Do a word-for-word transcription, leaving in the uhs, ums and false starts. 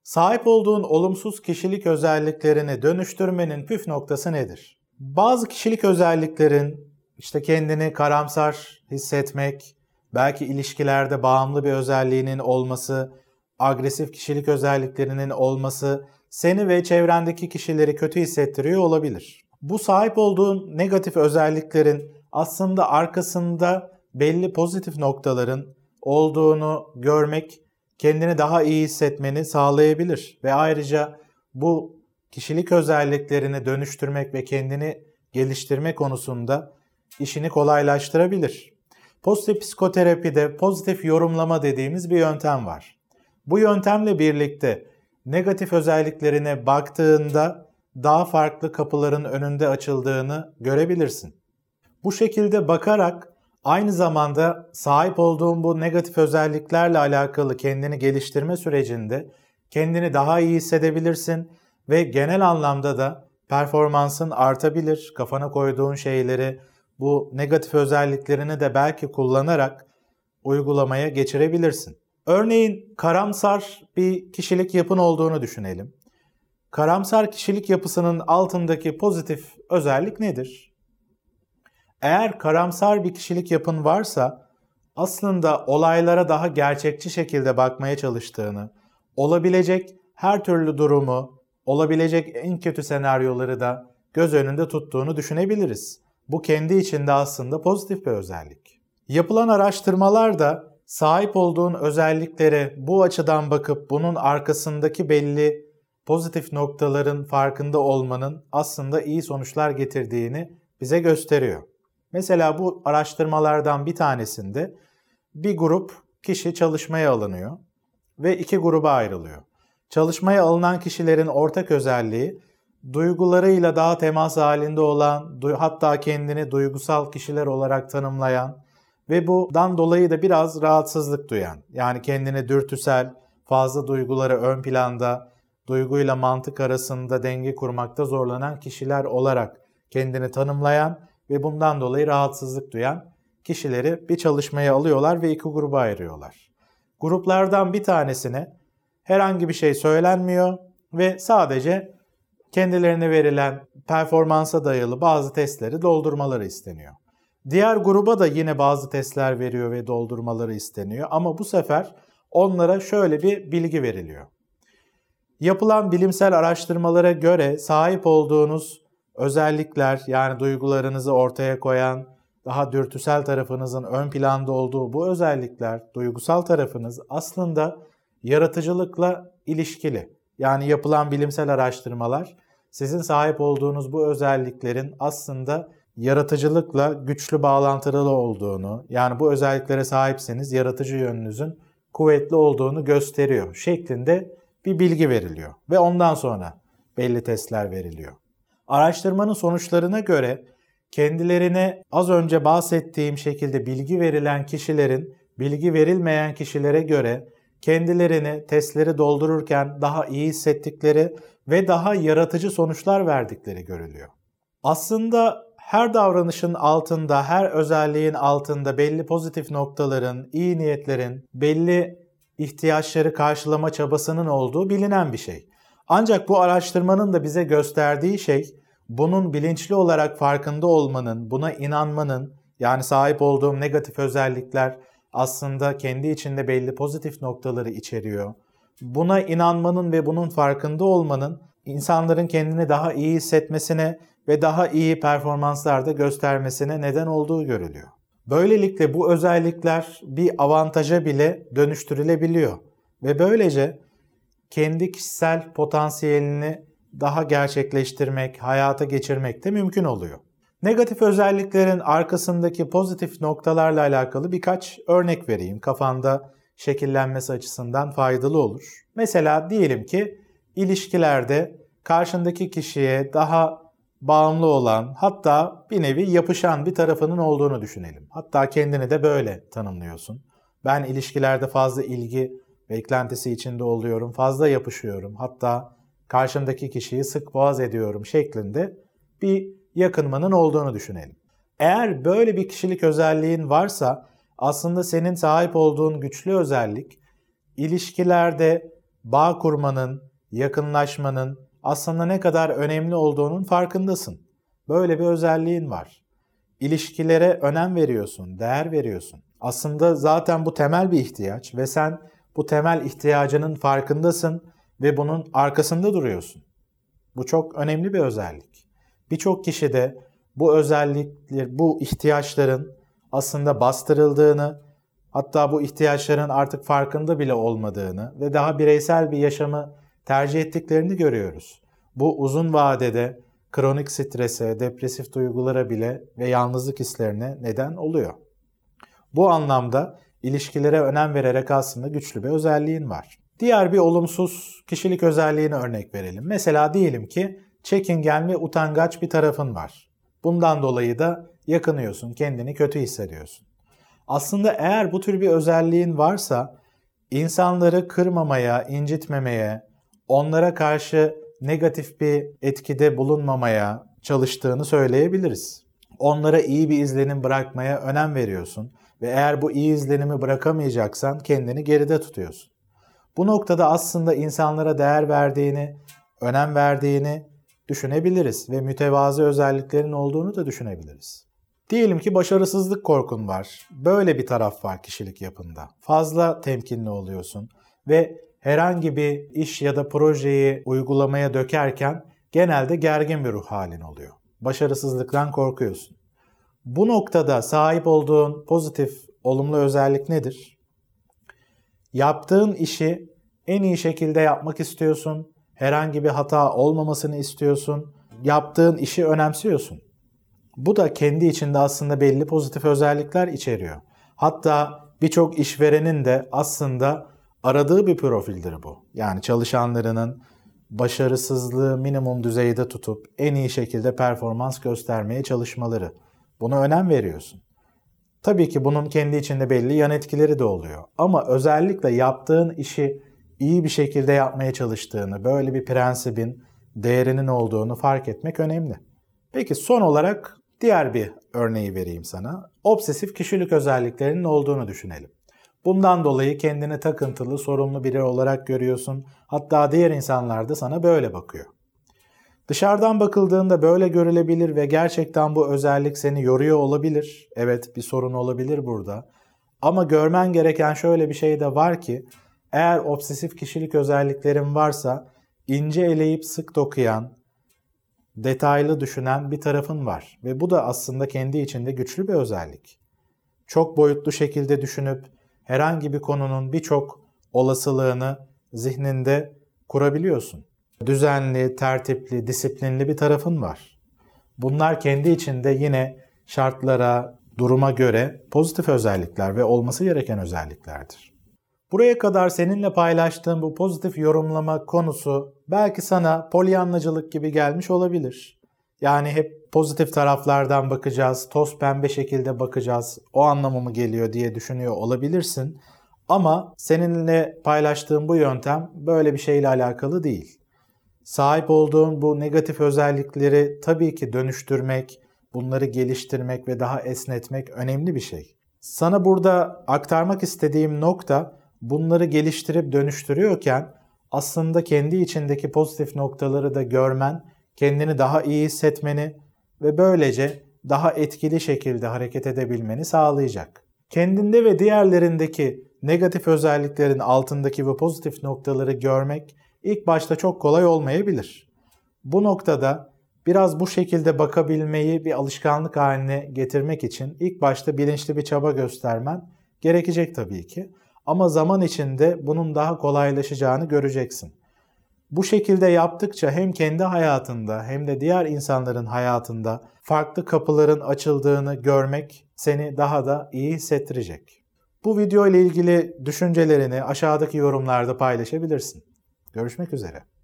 Sahip olduğun olumsuz kişilik özelliklerini dönüştürmenin püf noktası nedir? Bazı kişilik özelliklerin işte kendini karamsar hissetmek, belki ilişkilerde bağımlı bir özelliğinin olması, agresif kişilik özelliklerinin olması seni ve çevrendeki kişileri kötü hissettiriyor olabilir. Bu sahip olduğun negatif özelliklerin aslında arkasında belli pozitif noktaların olduğunu görmek kendini daha iyi hissetmeni sağlayabilir ve ayrıca bu kişilik özelliklerini dönüştürmek ve kendini geliştirme konusunda işini kolaylaştırabilir. Pozitif psikoterapide pozitif yorumlama dediğimiz bir yöntem var. Bu yöntemle birlikte negatif özelliklerine baktığında daha farklı kapıların önünde açıldığını görebilirsin. Bu şekilde bakarak aynı zamanda sahip olduğun bu negatif özelliklerle alakalı kendini geliştirme sürecinde kendini daha iyi hissedebilirsin ve genel anlamda da performansın artabilir. Kafana koyduğun şeyleri, bu negatif özelliklerini de belki kullanarak uygulamaya geçirebilirsin. Örneğin karamsar bir kişilik yapın olduğunu düşünelim. Karamsar kişilik yapısının altındaki pozitif özellik nedir? Eğer karamsar bir kişilik yapın varsa aslında olaylara daha gerçekçi şekilde bakmaya çalıştığını, olabilecek her türlü durumu, olabilecek en kötü senaryoları da göz önünde tuttuğunu düşünebiliriz. Bu kendi içinde aslında pozitif bir özellik. Yapılan araştırmalar da sahip olduğun özelliklere bu açıdan bakıp bunun arkasındaki belli pozitif noktaların farkında olmanın aslında iyi sonuçlar getirdiğini bize gösteriyor. Mesela bu araştırmalardan bir tanesinde bir grup kişi çalışmaya alınıyor ve iki gruba ayrılıyor. Çalışmaya alınan kişilerin ortak özelliği duygularıyla daha temas halinde olan, hatta kendini duygusal kişiler olarak tanımlayan ve bundan dolayı da biraz rahatsızlık duyan, yani kendini dürtüsel, fazla duyguları ön planda, duyguyla mantık arasında denge kurmakta zorlanan kişiler olarak kendini tanımlayan ve bundan dolayı rahatsızlık duyan kişileri bir çalışmaya alıyorlar ve iki gruba ayırıyorlar. Gruplardan bir tanesine herhangi bir şey söylenmiyor ve sadece kendilerine verilen performansa dayalı bazı testleri doldurmaları isteniyor. Diğer gruba da yine bazı testler veriyor ve doldurmaları isteniyor ama bu sefer onlara şöyle bir bilgi veriliyor. Yapılan bilimsel araştırmalara göre sahip olduğunuz özellikler, yani duygularınızı ortaya koyan, daha dürtüsel tarafınızın ön planda olduğu bu özellikler, duygusal tarafınız aslında yaratıcılıkla ilişkili. Yani yapılan bilimsel araştırmalar sizin sahip olduğunuz bu özelliklerin aslında yaratıcılıkla güçlü bağlantılı olduğunu, yani bu özelliklere sahipseniz yaratıcı yönünüzün kuvvetli olduğunu gösteriyor şeklinde bir bilgi veriliyor ve ondan sonra belli testler veriliyor. Araştırmanın sonuçlarına göre kendilerine az önce bahsettiğim şekilde bilgi verilen kişilerin bilgi verilmeyen kişilere göre kendilerini testleri doldururken daha iyi hissettikleri ve daha yaratıcı sonuçlar verdikleri görülüyor. Aslında her davranışın altında, her özelliğin altında belli pozitif noktaların, iyi niyetlerin, belli ihtiyaçları karşılama çabasının olduğu bilinen bir şey. Ancak bu araştırmanın da bize gösterdiği şey, bunun bilinçli olarak farkında olmanın, buna inanmanın, yani sahip olduğum negatif özellikler aslında kendi içinde belli pozitif noktaları içeriyor. Buna inanmanın ve bunun farkında olmanın insanların kendini daha iyi hissetmesine ve daha iyi performanslarda göstermesine neden olduğu görülüyor. Böylelikle bu özellikler bir avantaja bile dönüştürülebiliyor ve böylece kendi kişisel potansiyelini daha gerçekleştirmek, hayata geçirmek de mümkün oluyor. Negatif özelliklerin arkasındaki pozitif noktalarla alakalı birkaç örnek vereyim. Kafanda şekillenmesi açısından faydalı olur. Mesela diyelim ki ilişkilerde karşındaki kişiye daha bağımlı olan, hatta bir nevi yapışan bir tarafının olduğunu düşünelim. Hatta kendini de böyle tanımlıyorsun. Ben ilişkilerde fazla ilgi beklentisi içinde oluyorum, fazla yapışıyorum, hatta karşımdaki kişiyi sık boğaz ediyorum şeklinde bir yakınmanın olduğunu düşünelim. Eğer böyle bir kişilik özelliğin varsa aslında senin sahip olduğun güçlü özellik ilişkilerde bağ kurmanın, yakınlaşmanın aslında ne kadar önemli olduğunun farkındasın. Böyle bir özelliğin var. İlişkilere önem veriyorsun, değer veriyorsun. Aslında zaten bu temel bir ihtiyaç ve sen bu temel ihtiyacının farkındasın ve bunun arkasında duruyorsun. Bu çok önemli bir özellik. Birçok kişi de bu özellikler, bu ihtiyaçların aslında bastırıldığını, hatta bu ihtiyaçların artık farkında bile olmadığını ve daha bireysel bir yaşamı tercih ettiklerini görüyoruz. Bu uzun vadede kronik strese, depresif duygulara bile ve yalnızlık hislerine neden oluyor. Bu anlamda ilişkilere önem vererek aslında güçlü bir özelliğin var. Diğer bir olumsuz kişilik özelliğine örnek verelim. Mesela diyelim ki çekingen ve utangaç bir tarafın var. Bundan dolayı da yakınıyorsun, kendini kötü hissediyorsun. Aslında eğer bu tür bir özelliğin varsa insanları kırmamaya, incitmemeye, onlara karşı negatif bir etkide bulunmamaya çalıştığını söyleyebiliriz. Onlara iyi bir izlenim bırakmaya önem veriyorsun ve eğer bu iyi izlenimi bırakamayacaksan kendini geride tutuyorsun. Bu noktada aslında insanlara değer verdiğini, önem verdiğini düşünebiliriz ve mütevazı özelliklerin olduğunu da düşünebiliriz. Diyelim ki başarısızlık korkun var. Böyle bir taraf var kişilik yapında. Fazla temkinli oluyorsun ve herhangi bir iş ya da projeyi uygulamaya dökerken genelde gergin bir ruh halin oluyor. Başarısızlıktan korkuyorsun. Bu noktada sahip olduğun pozitif, olumlu özellik nedir? Yaptığın işi en iyi şekilde yapmak istiyorsun. Herhangi bir hata olmamasını istiyorsun. Yaptığın işi önemsiyorsun. Bu da kendi içinde aslında belli pozitif özellikler içeriyor. Hatta birçok işverenin de aslında aradığı bir profildir bu. Yani çalışanlarının başarısızlığı minimum düzeyde tutup en iyi şekilde performans göstermeye çalışmaları. Buna önem veriyorsun. Tabii ki bunun kendi içinde belli yan etkileri de oluyor. Ama özellikle yaptığın işi iyi bir şekilde yapmaya çalıştığını, böyle bir prensibin, değerinin olduğunu fark etmek önemli. Peki son olarak diğer bir örneği vereyim sana. Obsesif kişilik özelliklerinin olduğunu düşünelim. Bundan dolayı kendini takıntılı, sorumlu biri olarak görüyorsun. Hatta diğer insanlar da sana böyle bakıyor. Dışarıdan bakıldığında böyle görülebilir ve gerçekten bu özellik seni yoruyor olabilir. Evet, bir sorun olabilir burada. Ama görmen gereken şöyle bir şey de var ki, eğer obsesif kişilik özelliklerin varsa ince eleyip sık dokuyan, detaylı düşünen bir tarafın var. Ve bu da aslında kendi içinde güçlü bir özellik. Çok boyutlu şekilde düşünüp herhangi bir konunun birçok olasılığını zihninde kurabiliyorsun. Düzenli, tertipli, disiplinli bir tarafın var. Bunlar kendi içinde yine şartlara, duruma göre pozitif özellikler ve olması gereken özelliklerdir. Buraya kadar seninle paylaştığım bu pozitif yorumlama konusu belki sana polyanlacılık gibi gelmiş olabilir. Yani hep pozitif taraflardan bakacağız, toz pembe şekilde bakacağız, o anlamı mı geliyor diye düşünüyor olabilirsin. Ama seninle paylaştığım bu yöntem böyle bir şeyle alakalı değil. Sahip olduğun bu negatif özellikleri tabii ki dönüştürmek, bunları geliştirmek ve daha esnetmek önemli bir şey. Sana burada aktarmak istediğim nokta, bunları geliştirip dönüştürüyorken aslında kendi içindeki pozitif noktaları da görmen, kendini daha iyi hissetmeni ve böylece daha etkili şekilde hareket edebilmeni sağlayacak. Kendinde ve diğerlerindeki negatif özelliklerin altındaki bu pozitif noktaları görmek ilk başta çok kolay olmayabilir. Bu noktada biraz bu şekilde bakabilmeyi bir alışkanlık haline getirmek için ilk başta bilinçli bir çaba göstermen gerekecek tabii ki. Ama zaman içinde bunun daha kolaylaşacağını göreceksin. Bu şekilde yaptıkça hem kendi hayatında hem de diğer insanların hayatında farklı kapıların açıldığını görmek seni daha da iyi hissettirecek. Bu video ile ilgili düşüncelerini aşağıdaki yorumlarda paylaşabilirsin. Görüşmek üzere.